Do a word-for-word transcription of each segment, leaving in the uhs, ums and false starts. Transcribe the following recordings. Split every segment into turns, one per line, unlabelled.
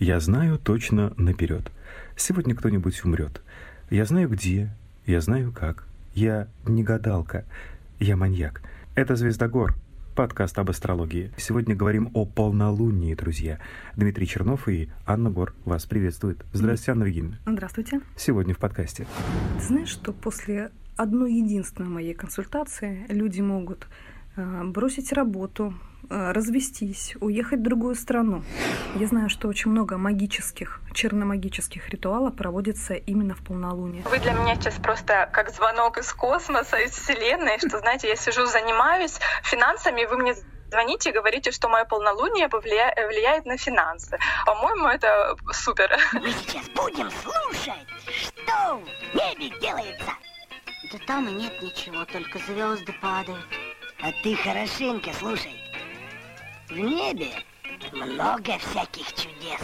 Я знаю точно наперед. Сегодня кто-нибудь умрет. Я знаю где, я знаю как. Я не гадалка, я маньяк. Это «Звездогор», подкаст об астрологии. Сегодня говорим о полнолунии, друзья. Дмитрий Чернов и Анна Гор вас приветствуют. Здравствуйте, Анна Евгеньевна.
Здравствуйте.
Сегодня в подкасте.
Ты знаешь, что после одной единственной моей консультации люди могут э, бросить работу, э, развестись, уехать в другую страну. Я знаю, что очень много магических, черномагических ритуалов проводится именно в полнолуние.
Вы для меня сейчас просто как звонок из космоса, из Вселенной, что, знаете, я сижу, занимаюсь финансами, и вы мне звоните и говорите, что мое полнолуние повлия... влияет на финансы. По-моему, это супер.
Мы сейчас будем слушать, что в небе делается. Да там и нет ничего, только звезды падают. А ты хорошенько слушай. В небе много всяких чудес.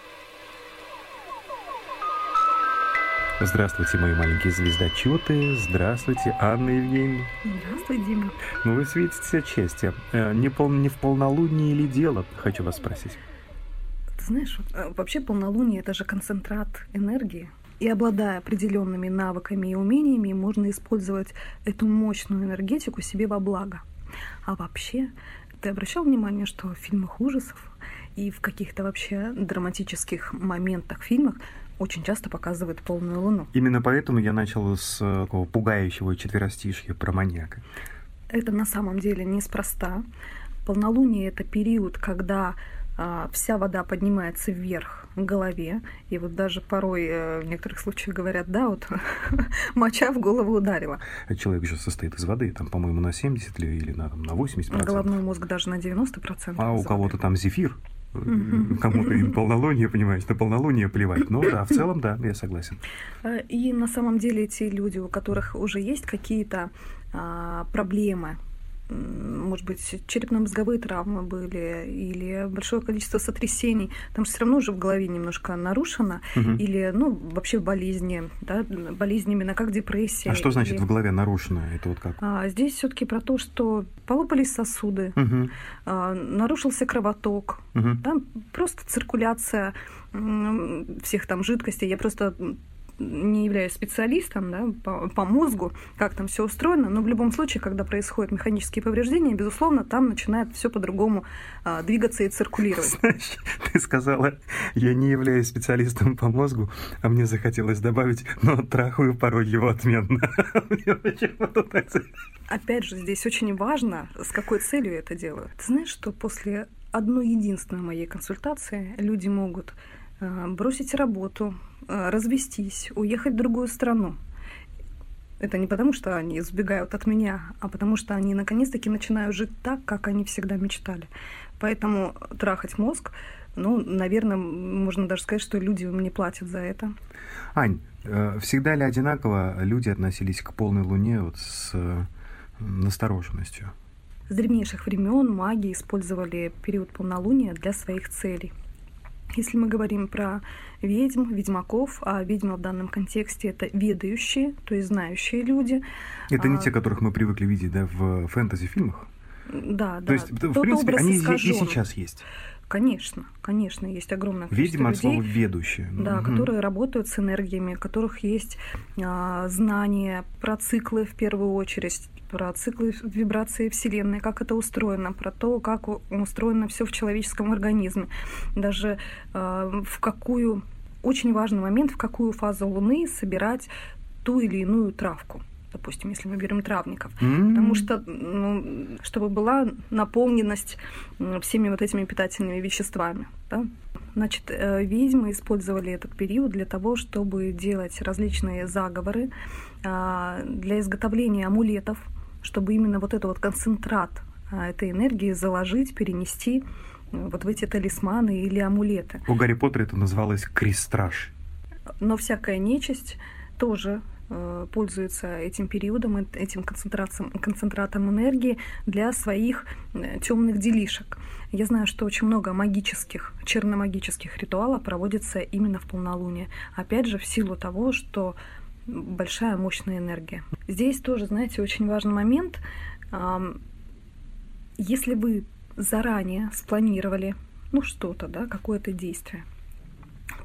Здравствуйте, мои маленькие звездочеты. Здравствуйте, Анна Евгеньевна.
Здравствуй, Дима.
Ну, вы светите от счастья. Не, пол... не в полнолуние ли дело, хочу вас спросить?
Ты знаешь, вообще полнолуние — это же концентрат энергии. И обладая определенными навыками и умениями, можно использовать эту мощную энергетику себе во благо. А вообще, ты обращал внимание, что в фильмах ужасов и в каких-то вообще драматических моментах в фильмах очень часто показывают полную луну?
Именно поэтому я начал с такого пугающего четверостишья про маньяка.
Это на самом деле неспроста. Полнолуние — это период, когда а, вся вода поднимается вверх к голове. И вот даже порой э, в некоторых случаях говорят, да, вот моча в голову ударила.
Человек же состоит из воды, там, по-моему, на семьдесят или на, на восемьдесят процентов.
Головной мозг даже на девяносто процентов.
А у кого-то там зефир. Кому-то и полнолуние, понимаете, на полнолуние плевать. Ну да, в целом, да, я согласен.
И на самом деле эти люди, у которых уже есть какие-то а, проблемы, может быть, черепно-мозговые травмы были или большое количество сотрясений, там же все равно уже в голове немножко нарушено, угу. или, ну, вообще болезни, да, болезни именно как депрессия.
А что значит
или...
в голове нарушено? Это вот как?
А, здесь все-таки про то, что полопались сосуды, угу. а, нарушился кровоток, угу. там просто циркуляция всех там жидкостей. Я просто не являюсь специалистом, да, по, по мозгу, как там все устроено, но в любом случае, когда происходят механические повреждения, безусловно, там начинает все по-другому а, двигаться и циркулировать.
Знаешь, ты сказала, я не являюсь специалистом по мозгу, а мне захотелось добавить, но трахаю порой его отменно.
Опять же, здесь очень важно, с какой целью я это делаю. Ты знаешь, что после одной единственной моей консультации люди могут а, бросить работу, развестись, уехать в другую страну. Это не потому, что они сбегают от меня, а потому что они наконец-таки начинают жить так, как они всегда мечтали. Поэтому трахать мозг, ну, наверное, можно даже сказать, что люди мне платят за это.
Ань, всегда ли одинаково люди относились к полной луне вот с настороженностью?
С древнейших времен маги использовали период полнолуния для своих целей. Если мы говорим про ведьм, ведьмаков, а ведьмы в данном контексте — это ведающие, то есть знающие люди.
Это не
а...
те, которых мы привыкли видеть, да, в фэнтези-фильмах?
Да, да.
То есть, в принципе, они и сейчас есть?
Конечно, конечно, есть огромное количество
Ведьма от
людей,
слова «ведущие».
Да, угу. которые работают с энергиями, у которых есть а, знания про циклы в первую очередь, про циклы вибрации Вселенной, как это устроено, про то, как устроено все в человеческом организме. Даже э, в какую, очень важный момент, в какую фазу Луны собирать ту или иную травку. Допустим, если мы берем травников. Mm-hmm. Потому что, ну, чтобы была наполненность всеми вот этими питательными веществами. Да? Значит, ведьмы использовали этот период для того, чтобы делать различные заговоры, для изготовления амулетов, чтобы именно вот этот вот концентрат этой энергии заложить, перенести вот в эти талисманы или амулеты.
У Гарри Поттера это называлось крестраж.
Но всякая нечисть тоже э, пользуется этим периодом, этим концентратом, концентратом энергии для своих э, темных делишек. Я знаю, что очень много магических, черномагических ритуалов проводится именно в полнолуние. Опять же, в силу того, что большая мощная энергия. Здесь тоже, знаете, очень важный момент. Если вы заранее спланировали, ну, что-то, да, какое-то действие,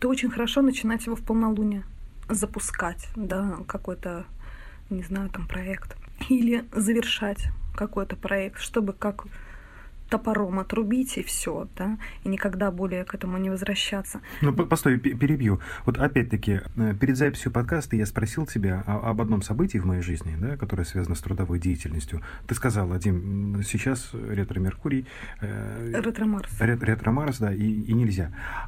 то очень хорошо начинать его в полнолуние, запускать, да, какой-то, не знаю, там проект, или завершать какой-то проект, чтобы как топором отрубить и все, да, и никогда более к этому не возвращаться.
Ну, постой, перебью. Вот опять-таки, перед записью подкаста я спросил тебя об одном событии в моей жизни, да, которое связано с трудовой деятельностью. Ты сказала, Дим, сейчас ретро-Меркурий... Э,
ретро-Марс.
Ретро-Марс, да, и, и нельзя.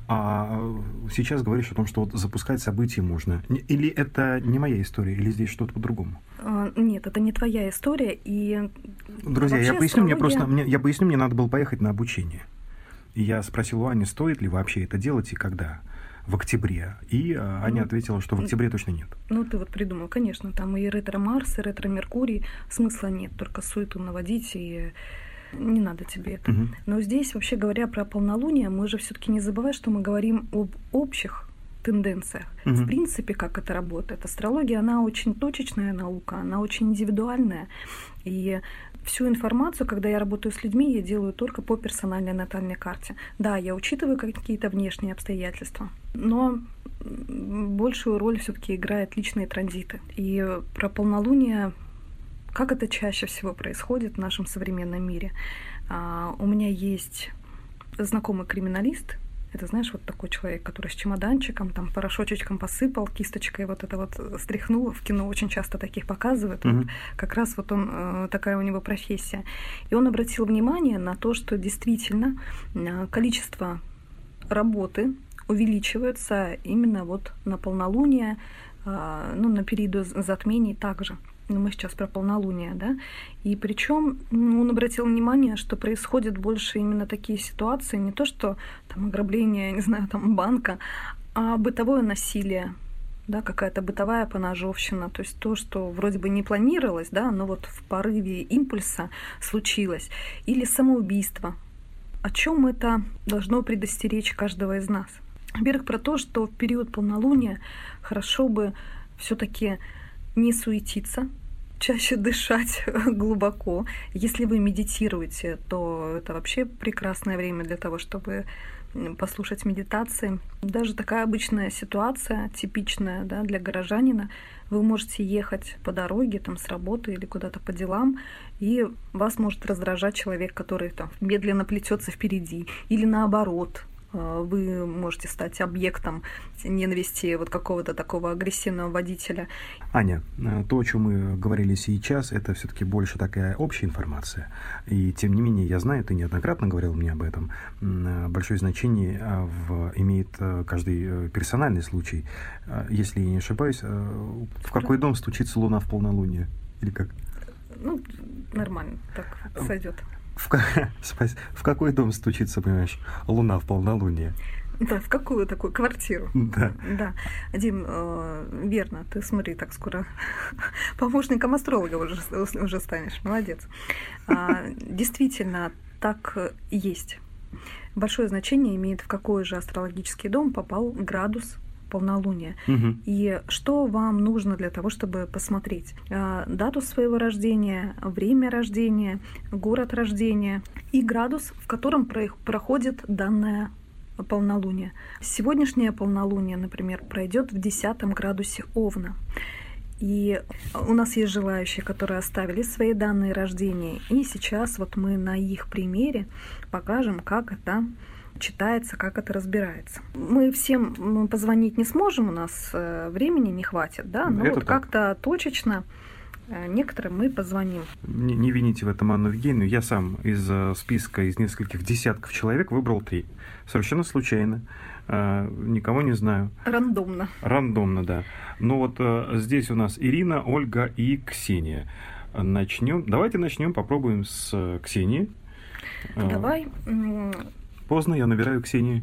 А сейчас говоришь о том, что вот запускать события можно. Или это не моя история, или здесь что-то по-другому?
А, нет, это не твоя история, и...
Друзья, я поясню, астрология... мне просто... Мне, я поясню, мне надо было поехать на обучение. И я спросил у Ани, стоит ли вообще это делать и когда? В октябре. И Аня ну, ответила, что в октябре точно нет.
Ну, ты вот придумал, конечно, там и ретро-Марс, и ретро-Меркурий. Смысла нет, только суету наводить, и не надо тебе это. Угу. Но здесь, вообще говоря про полнолуние, мы же все-таки не забываем, что мы говорим об общих тенденциях. Угу. В принципе, как это работает. Астрология, она очень точечная наука, она очень индивидуальная. И всю информацию, когда я работаю с людьми, я делаю только по персональной натальной карте. Да, я учитываю какие-то внешние обстоятельства, но большую роль все-таки играют личные транзиты. И про полнолуние, как это чаще всего происходит в нашем современном мире. А, у меня есть знакомый криминалист. Это, знаешь, вот такой человек, который с чемоданчиком, там, порошочечком посыпал, кисточкой вот это вот стряхнул. В кино очень часто таких показывают. Mm-hmm. Вот, как раз вот он, э, такая у него профессия. И он обратил внимание на то, что действительно э, количество работы увеличивается именно вот на полнолуние, э, ну, на периоды затмений также. Ну, мы сейчас про полнолуние, да, и причем ну, он обратил внимание, что происходят больше именно такие ситуации, не то что там ограбление, не знаю, там банка, а бытовое насилие, да, какая-то бытовая поножовщина, то есть то, что вроде бы не планировалось, да, но вот в порыве импульса случилось, или самоубийство. О чем это должно предостеречь каждого из нас? Во-первых, про то, что в период полнолуния хорошо бы все-таки не суетиться, чаще дышать глубоко. Если вы медитируете, то это вообще прекрасное время для того, чтобы послушать медитации. Даже такая обычная ситуация, типичная, да, для горожанина, вы можете ехать по дороге там, с работы или куда-то по делам, и вас может раздражать человек, который там, медленно плетется впереди, или наоборот. Вы можете стать объектом ненависти вот какого-то такого агрессивного водителя.
Аня, то, о чем мы говорили сейчас, это все-таки больше такая общая информация. И тем не менее, я знаю, ты неоднократно говорил мне об этом, большое значение в, имеет каждый персональный случай. Если я не ошибаюсь, в какой дом стучится луна в полнолуние? Или как?
Ну, нормально, так сойдет.
В, в какой дом стучится, понимаешь, луна в полнолуние?
Да, в какую такую квартиру?
Да.
Да. Дим, э, верно, ты смотри, так скоро помощником астролога уже, уже станешь. Молодец. А, действительно, так и есть. Большое значение имеет, в какой же астрологический дом попал градус полнолуния. Угу. И что вам нужно для того, чтобы посмотреть дату своего рождения, время рождения, город рождения и градус, в котором проходит данное полнолуние. Сегодняшнее полнолуние, например, пройдет в десятом градусе Овна. И у нас есть желающие, которые оставили свои данные рождения. И сейчас вот мы на их примере покажем, как это читается, как это разбирается. Мы всем позвонить не сможем, у нас времени не хватит, да, но это вот как-то точечно некоторым мы позвоним.
Не, не вините в этом Анну Евгеньевну, я сам из списка из нескольких десятков человек выбрал три. Совершенно случайно, никого не знаю.
Рандомно.
Рандомно, да. Но вот здесь у нас Ирина, Ольга и Ксения. Начнем. Давайте начнем, попробуем с Ксении.
Давай.
Поздно, я набираю Ксению.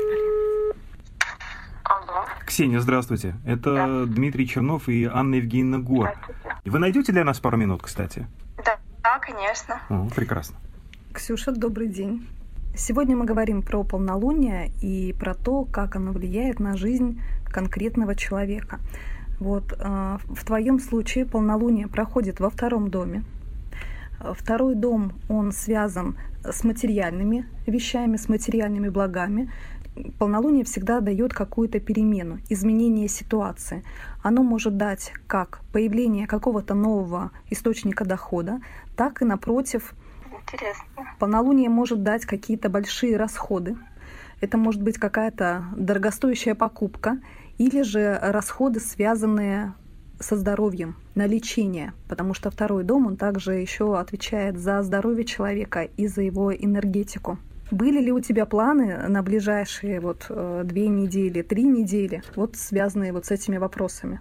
Алло.
Ксения, здравствуйте. Это да. Дмитрий Чернов и Анна Евгеньевна Гор. Вы найдете для нас пару минут, кстати?
Да, да, конечно.
О, прекрасно.
Ксюша, добрый день. Сегодня мы говорим про полнолуние и про то, как оно влияет на жизнь конкретного человека. Вот э, в твоем случае полнолуние проходит во втором доме. Второй дом, он связан с материальными вещами, с материальными благами. полнолуние всегда дает какую-то перемену, изменение ситуации. Оно может дать как появление какого-то нового источника дохода, так и, напротив,
Интересно.
полнолуние может дать какие-то большие расходы. Это может быть какая-то дорогостоящая покупка или же расходы, связанные со здоровьем, на лечение, потому что второй дом, он также еще отвечает за здоровье человека и за его энергетику. Были ли у тебя планы на ближайшие вот две недели, три недели, вот связанные вот с этими вопросами?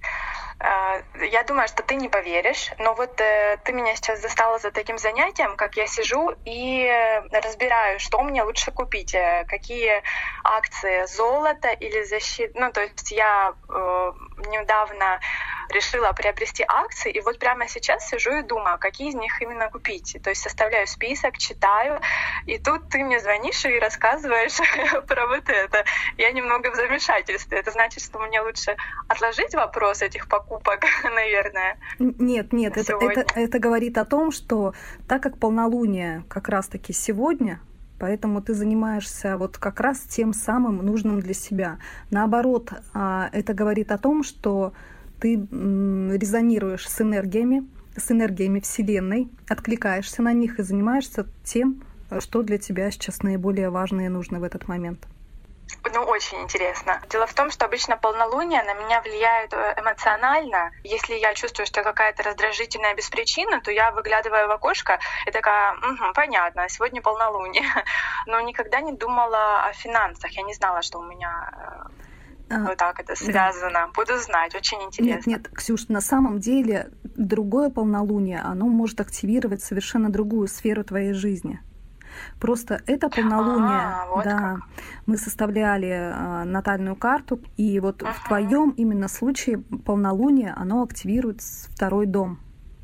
Я думаю, что ты не поверишь, но вот э, ты меня сейчас застала за таким занятием, как я сижу и разбираю, что мне лучше купить, э, какие акции, золото или защита. Ну, то есть я э, недавно решила приобрести акции, и вот прямо сейчас сижу и думаю, какие из них именно купить. То есть составляю список, читаю, и тут ты мне звонишь и рассказываешь про вот это. Я немного в замешательстве. Это значит, что мне лучше отложить вопрос этих покупок, наверное.
Нет, нет, это, это, это говорит о том, что так как полнолуние как раз-таки сегодня, поэтому ты занимаешься вот как раз тем самым нужным для себя. Наоборот, это говорит о том, что ты резонируешь с энергиями, с энергиями Вселенной, откликаешься на них и занимаешься тем, что для тебя сейчас наиболее важно и нужно в этот момент.
Ну, очень интересно. Дело в том, что обычно полнолуние на меня влияет эмоционально. Если я чувствую, что какая-то раздражительная без причины, то я выглядываю в окошко и такая, угу, понятно, сегодня полнолуние. Но никогда не думала о финансах. Я не знала, что у меня а, вот так это связано. Да. Буду знать, очень интересно.
Нет, нет, Ксюш, на самом деле другое полнолуние, оно может активировать совершенно другую сферу твоей жизни. Просто это полнолуние,
а, вот
да,
как.
Мы составляли э, натальную карту, и вот uh-huh. в твоем именно случае полнолуние, оно активирует второй дом.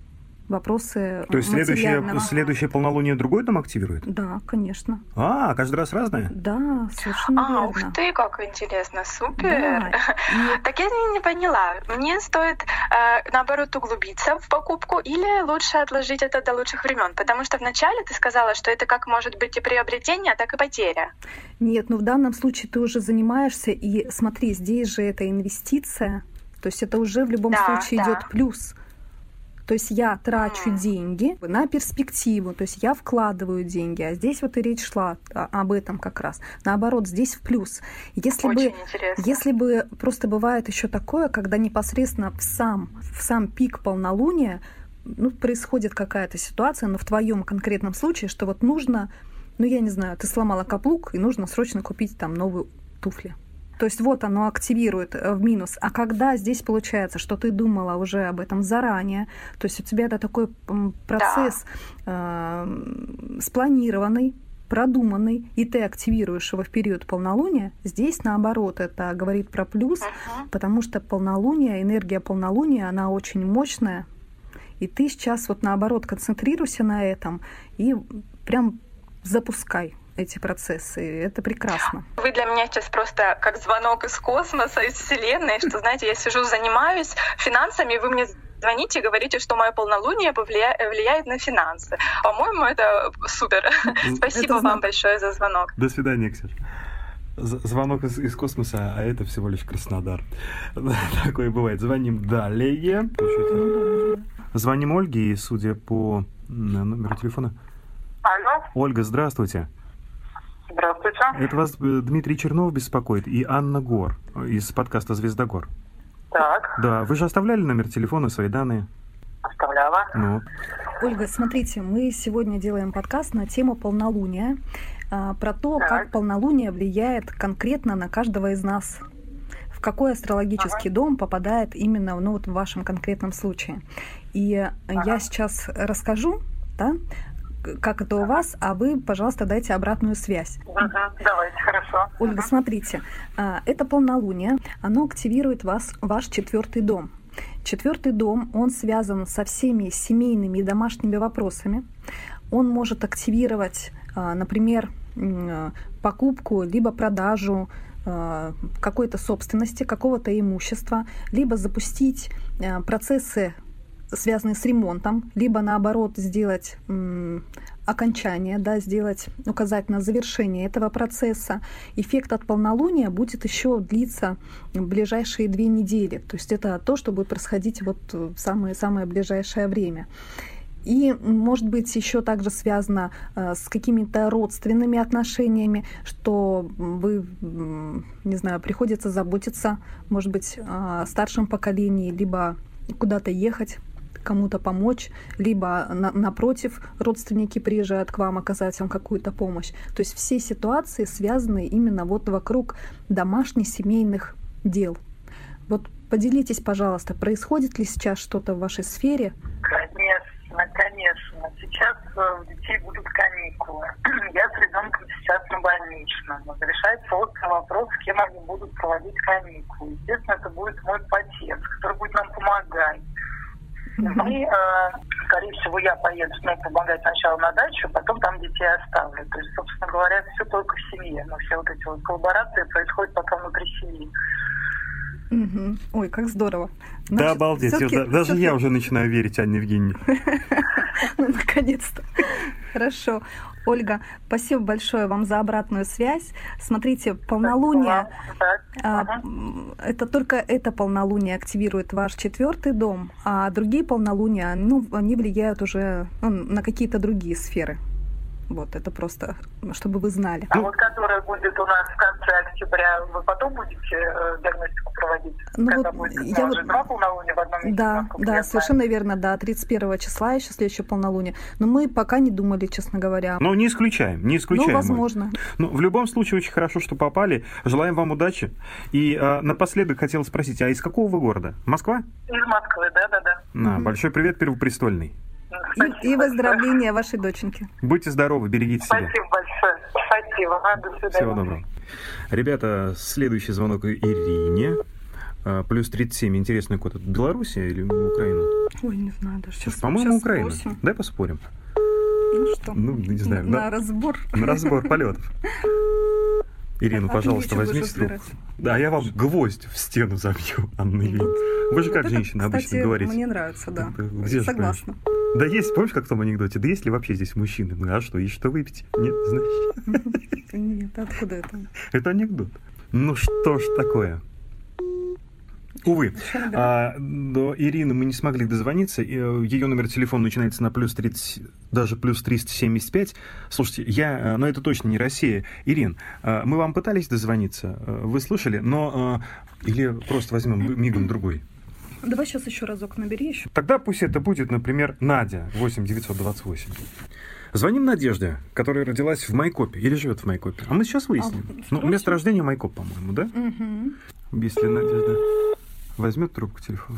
Вопросы
То есть следующее, следующее полнолуние другой дом активирует?
Да, конечно.
А, каждый раз разное?
Да, совершенно
а,
верно.
Ух ты, как интересно, супер!
Да, и...
Так я не поняла, мне стоит э, наоборот углубиться в покупку или лучше отложить это до лучших времен? Потому что вначале ты сказала, что это как может быть и приобретение, так и потеря.
Нет, ну в данном случае ты уже занимаешься, и смотри, здесь же это инвестиция, то есть это уже в любом
да,
случае
да.
идет плюс. То есть я трачу mm. деньги на перспективу, то есть я вкладываю деньги, а здесь вот и речь шла об этом как раз. Наоборот, здесь в плюс. Если
Очень
бы,
интересно.
если бы просто бывает еще такое, когда непосредственно в сам, в сам пик полнолуния ну, происходит какая-то ситуация, но в твоем конкретном случае, что вот нужно, ну я не знаю, ты сломала каблук и нужно срочно купить там новые туфли. То есть вот оно активирует в минус. А когда здесь получается, что ты думала уже об этом заранее, то есть у тебя это такой процесс да. э, спланированный, продуманный, и ты активируешь его в период полнолуния, здесь наоборот это говорит про плюс, uh-huh. потому что полнолуние, энергия полнолуния, она очень мощная, и ты сейчас вот наоборот концентрируйся на этом и прям запускай эти процессы. Это прекрасно.
Вы для меня сейчас просто как звонок из космоса, из Вселенной, что, знаете, я сижу, занимаюсь финансами, и вы мне звоните и говорите, что мое полнолуние влияет на финансы. По-моему, это супер. Спасибо это вам знак. Большое за звонок.
До свидания, Ксюша. Звонок из, из космоса, а это всего лишь Краснодар. Такое бывает. Звоним далее. Звоним Ольге, и судя по номеру телефона...
Алло.
Ольга, здравствуйте.
Здравствуйте.
Это вас Дмитрий Чернов беспокоит и Анна Гор из подкаста «Звездогор».
Так.
Да, вы же оставляли номер телефона, свои данные?
Оставляла.
Ну.
Ольга, смотрите, мы сегодня делаем подкаст на тему полнолуния, про то, так. как полнолуние влияет конкретно на каждого из нас. В какой астрологический ага. дом попадает именно ну, вот в вашем конкретном случае. И ага. я сейчас расскажу, да, как это у вас, а вы, пожалуйста, дайте обратную связь.
Угу, давайте, хорошо.
Ольга, угу. смотрите, это полнолуние, оно активирует вас, ваш четвертый дом. Четвертый дом, он связан со всеми семейными и домашними вопросами. Он может активировать, например, покупку, либо продажу какой-то собственности, какого-то имущества, либо запустить процессы, связанные с ремонтом, либо наоборот сделать м, окончание, да, сделать, указать на завершение этого процесса. Эффект от полнолуния будет еще длиться в ближайшие две недели. То есть это то, что будет происходить вот в самое-самое ближайшее время. И, может быть, еще также связано э, с какими-то родственными отношениями, что вы, не знаю, приходится заботиться, может быть, о старшем поколении, либо куда-то ехать, кому-то помочь, либо на, напротив, родственники приезжают к вам оказать вам какую-то помощь. То есть все ситуации связаны именно вот вокруг домашних семейных дел. Вот поделитесь, пожалуйста, происходит ли сейчас что-то в вашей сфере?
Конечно, конечно. Сейчас у детей будут каникулы. Я с ребенком сейчас на больничном. Решается острый вопрос, с кем они будут проводить каникулы. Естественно, это будет мой отец, который будет нам помогать. Мы, э, скорее всего, я поеду с ней помогать сначала на дачу, потом там детей оставлю. То есть, собственно говоря, все только в семье. Но все вот эти вот коллаборации происходят пока внутри семьи.
Угу. Ой, как здорово.
Да, значит, обалдеть. Даже всё-таки... я уже начинаю верить Анне Евгеньевне.
Ну, наконец-то. Хорошо. Ольга, спасибо большое вам за обратную связь. Смотрите, полнолуние, а, это только это полнолуние активирует ваш четвертый дом, а другие полнолуния, ну, они влияют уже ну, на какие-то другие сферы. Вот, это просто, чтобы вы знали.
А вот которая будет у нас в конце октября, вы потом будете э, диагностику проводить?
Ну,
Когда
вот
будет?
я
уже два полнолуния в одном месяце?
Да, да, совершенно верно, да, тридцать первого числа еще следующее полнолуние. Но мы пока не думали, честно говоря.
Но не исключаем, не исключаем.
Ну, возможно.
Ну, в любом случае, очень хорошо, что попали. Желаем вам удачи. И э, напоследок хотел спросить, а из какого вы города? Москва?
Из Москвы, да-да-да.
А, большой привет, Первопрестольный.
И, и выздоровления вашей доченьки.
Будьте здоровы, берегите себя.
Спасибо большое. Спасибо. До свидания.
Всего доброго. Ребята, следующий звонок Ирине. Плюс тридцать семь. Интересный код. Это Белоруссия или Украина?
Ой, не знаю даже.
Сейчас, по-моему, Украина. Спросим. Давай поспорим.
Ну что?
Ну, не знаю.
На,
на,
на разбор.
На разбор полетов. Ирина, а пожалуйста, возьмите трубку. Да, я вам гвоздь в стену забью, Анна Евгеньевна. Вы же как женщина обычно говорите.
Мне нравится, да.
Где
Согласна.
Да есть, помнишь, как в том анекдоте? Да есть ли вообще здесь мужчины? Ну а что, есть что выпить? Нет, значит?
Нет, откуда это?
Это анекдот. Ну что ж такое? Увы, а, до Ирины мы не смогли дозвониться. Ее номер телефона начинается на плюс тридцать, даже плюс триста семьдесят пять. Слушайте, я, но это точно не Россия. Ирин, мы вам пытались дозвониться, вы слышали, но или просто возьмем мигом другой.
Давай сейчас еще разок набери еще.
Тогда пусть это будет, например, Надя, восемь девятьсот двадцать восемь. Звоним Надежде, которая родилась в Майкопе или живет в Майкопе. А мы сейчас выясним. А, ну, место рождения Майкоп, по-моему, да? Угу. Если Надежда возьмет трубку телефона.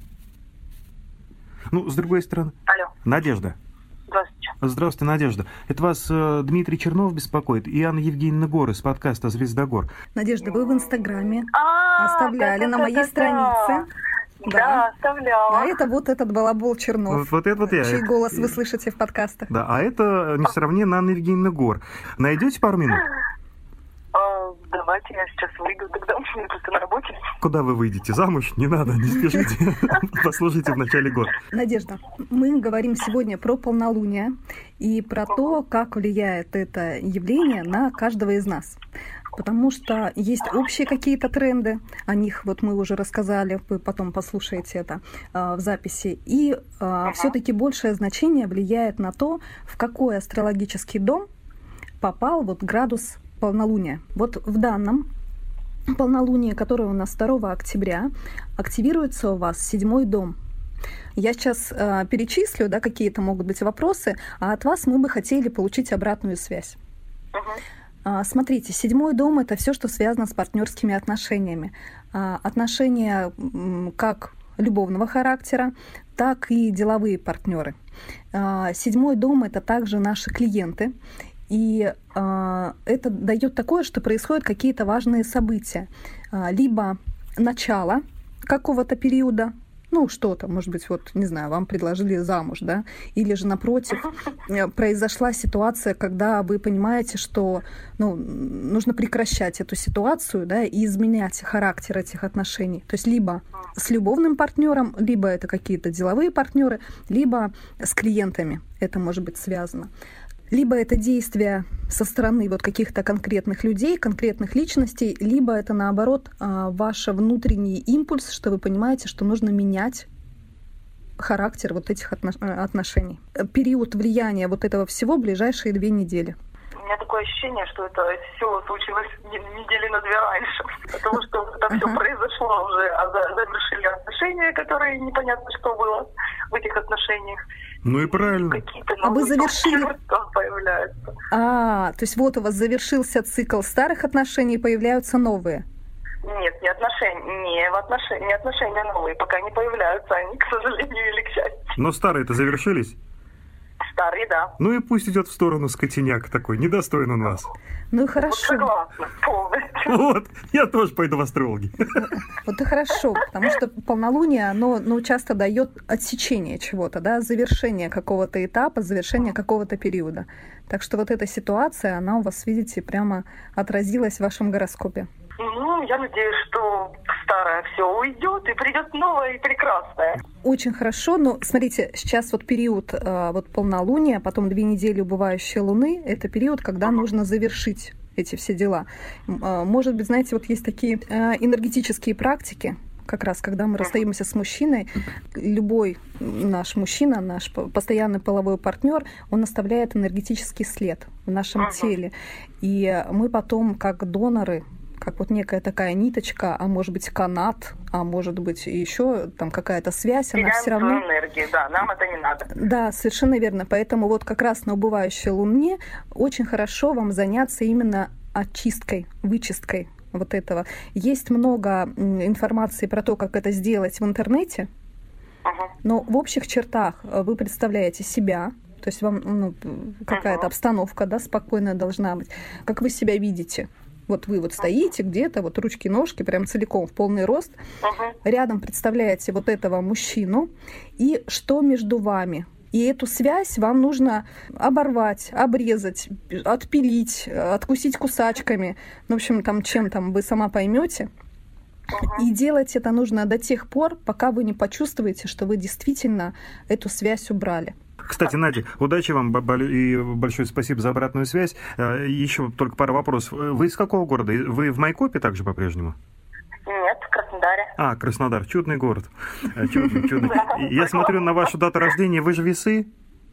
Ну, с другой стороны.
Алло.
Надежда.
Здравствуйте.
Здравствуйте, Надежда. Это вас э, Дмитрий Чернов беспокоит и Анна Евгеньевна Гор из подкаста «Звездогор».
Надежда, вы в Инстаграме
А-а-а,
оставляли
да,
на
да,
моей
да,
странице.
Да, да, оставляла.
А это вот этот балабол Чернов.
Вот, вот это вот я.
Чей голос вы слышите в подкастах.
Да, а это несравненно Анна Евгеньевна Гор. Найдете пару минут?
А, давайте, я сейчас выйду, тогда я просто на работе.
Куда вы выйдете? Замуж? Не надо, не спешите. Послушайте в начале года.
Надежда, мы говорим сегодня про полнолуние и про то, как влияет это явление на каждого из нас. Потому что есть общие какие-то тренды, о них вот мы уже рассказали, вы потом послушаете это э, в записи. И э, uh-huh. все-таки большее значение влияет на то, в какой астрологический дом попал вот градус полнолуния. Вот в данном полнолунии, которое у нас второго октября, активируется у вас седьмой дом. Я сейчас э, перечислю, да, какие-то могут быть вопросы, а от вас мы бы хотели получить обратную связь. Uh-huh. Смотрите, седьмой дом – это все, что связано с партнерскими отношениями. Отношения как любовного характера, так и деловые партнеры. Седьмой дом – это также наши клиенты. И это дает такое, что происходят какие-то важные события. Либо начало какого-то периода, ну, что-то, может быть, вот, не знаю, вам предложили замуж, да, или же, напротив, произошла ситуация, когда вы понимаете, что, ну, нужно прекращать эту ситуацию, да, и изменять характер этих отношений. То есть либо с любовным партнером, либо это какие-то деловые партнеры, либо с клиентами это может быть связано. Либо это действие со стороны вот каких-то конкретных людей, конкретных личностей, либо это, наоборот, ваш внутренний импульс, что вы понимаете, что нужно менять характер вот этих отношений. Период влияния вот этого всего — ближайшие две недели.
У меня такое ощущение, что это все случилось недели на две раньше, потому что это все uh-huh. произошло уже, а завершили отношения, которые непонятно, что было в этих отношениях.
Ну и правильно.
Какие-то
а вы завершили...
появляются.
А, то есть вот у вас завершился цикл старых отношений, появляются новые.
Нет, не отношения, не в отношения, не отношения новые, пока не появляются они, к сожалению или к счастью.
Но старые-то завершились?
Старый, да.
Ну и пусть идет в сторону скотиняк такой, недостоин он вас.
Ну и хорошо.
Вот согласна, полностью.
Вот, я тоже пойду в астрологи.
Вот и хорошо, потому что полнолуние, оно ну, часто дает отсечение чего-то, да, завершение какого-то этапа, завершение какого-то периода. Так что вот эта ситуация, она у вас, видите, прямо отразилась в вашем гороскопе.
Ну, я надеюсь, что старое все уйдет и придет новое и прекрасное.
Очень хорошо, но смотрите, сейчас вот период вот полнолуния, потом две недели убывающей луны, это период, когда нужно завершить эти все дела. Может быть, знаете, вот есть такие энергетические практики, как раз когда мы расстаемся с мужчиной, любой наш мужчина, наш постоянный половой партнер, он оставляет энергетический след в нашем uh-huh. теле. И мы потом, как доноры, как вот некая такая ниточка, а может быть канат, а может быть еще там какая-то связь, она все равно...
энергию, да, нам это не надо.
Да, совершенно верно. Поэтому вот как раз на убывающей луне очень хорошо вам заняться именно очисткой, вычисткой вот этого. Есть много информации про то, как это сделать в интернете, uh-huh. но в общих чертах вы представляете себя, то есть вам ну, какая-то uh-huh. обстановка, да, спокойная должна быть, как вы себя видите. Вот вы вот стоите где-то, вот ручки-ножки, прям целиком в полный рост. Uh-huh. Рядом представляете вот этого мужчину. И что между вами? И эту связь вам нужно оборвать, обрезать, отпилить, откусить кусачками. Ну, в общем, там чем там вы сама поймете. Uh-huh. И делать это нужно до тех пор, пока вы не почувствуете, что вы действительно эту связь убрали.
Кстати, Надя, удачи вам и большое спасибо за обратную связь. Еще только пара вопросов. Вы из какого города? Вы в Майкопе также по-прежнему?
Нет, в Краснодаре.
А, Краснодар, чудный город. Чудный, чудный. Я смотрю на вашу дату рождения. Вы же весы?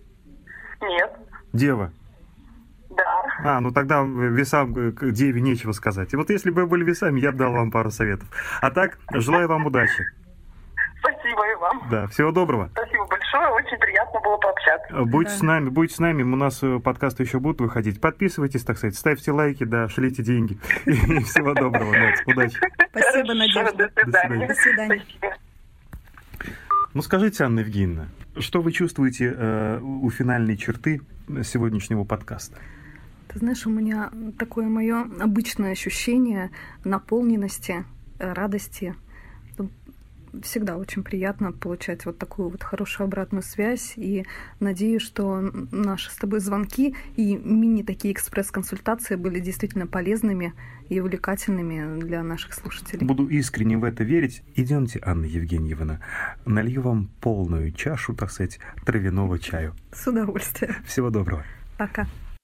Нет.
Дева?
Да.
А, ну тогда весам к деве нечего сказать. И вот если бы вы были весами, я бы дал вам пару советов. А так, желаю вам удачи.
Спасибо и вам.
Да, всего доброго.
Спасибо большое, очень приятно было пообщаться.
Будьте
да.
с нами, будьте с нами, у нас подкасты еще будут выходить. Подписывайтесь, так сказать, ставьте лайки, да, шлите деньги. И всего доброго, Надя, удачи.
Спасибо, Надежда.
До свидания.
До свидания.
Ну скажите, Анна Евгеньевна, что вы чувствуете э, у финальной черты сегодняшнего подкаста?
Ты знаешь, у меня такое мое обычное ощущение наполненности, радости. Всегда очень приятно получать вот такую вот хорошую обратную связь. И надеюсь, что наши с тобой звонки и мини-такие экспресс-консультации были действительно полезными и увлекательными для наших слушателей.
Буду искренне в это верить. Идемте, Анна Евгеньевна, налью вам полную чашу, так сказать, травяного чаю.
С удовольствием.
Всего доброго.
Пока.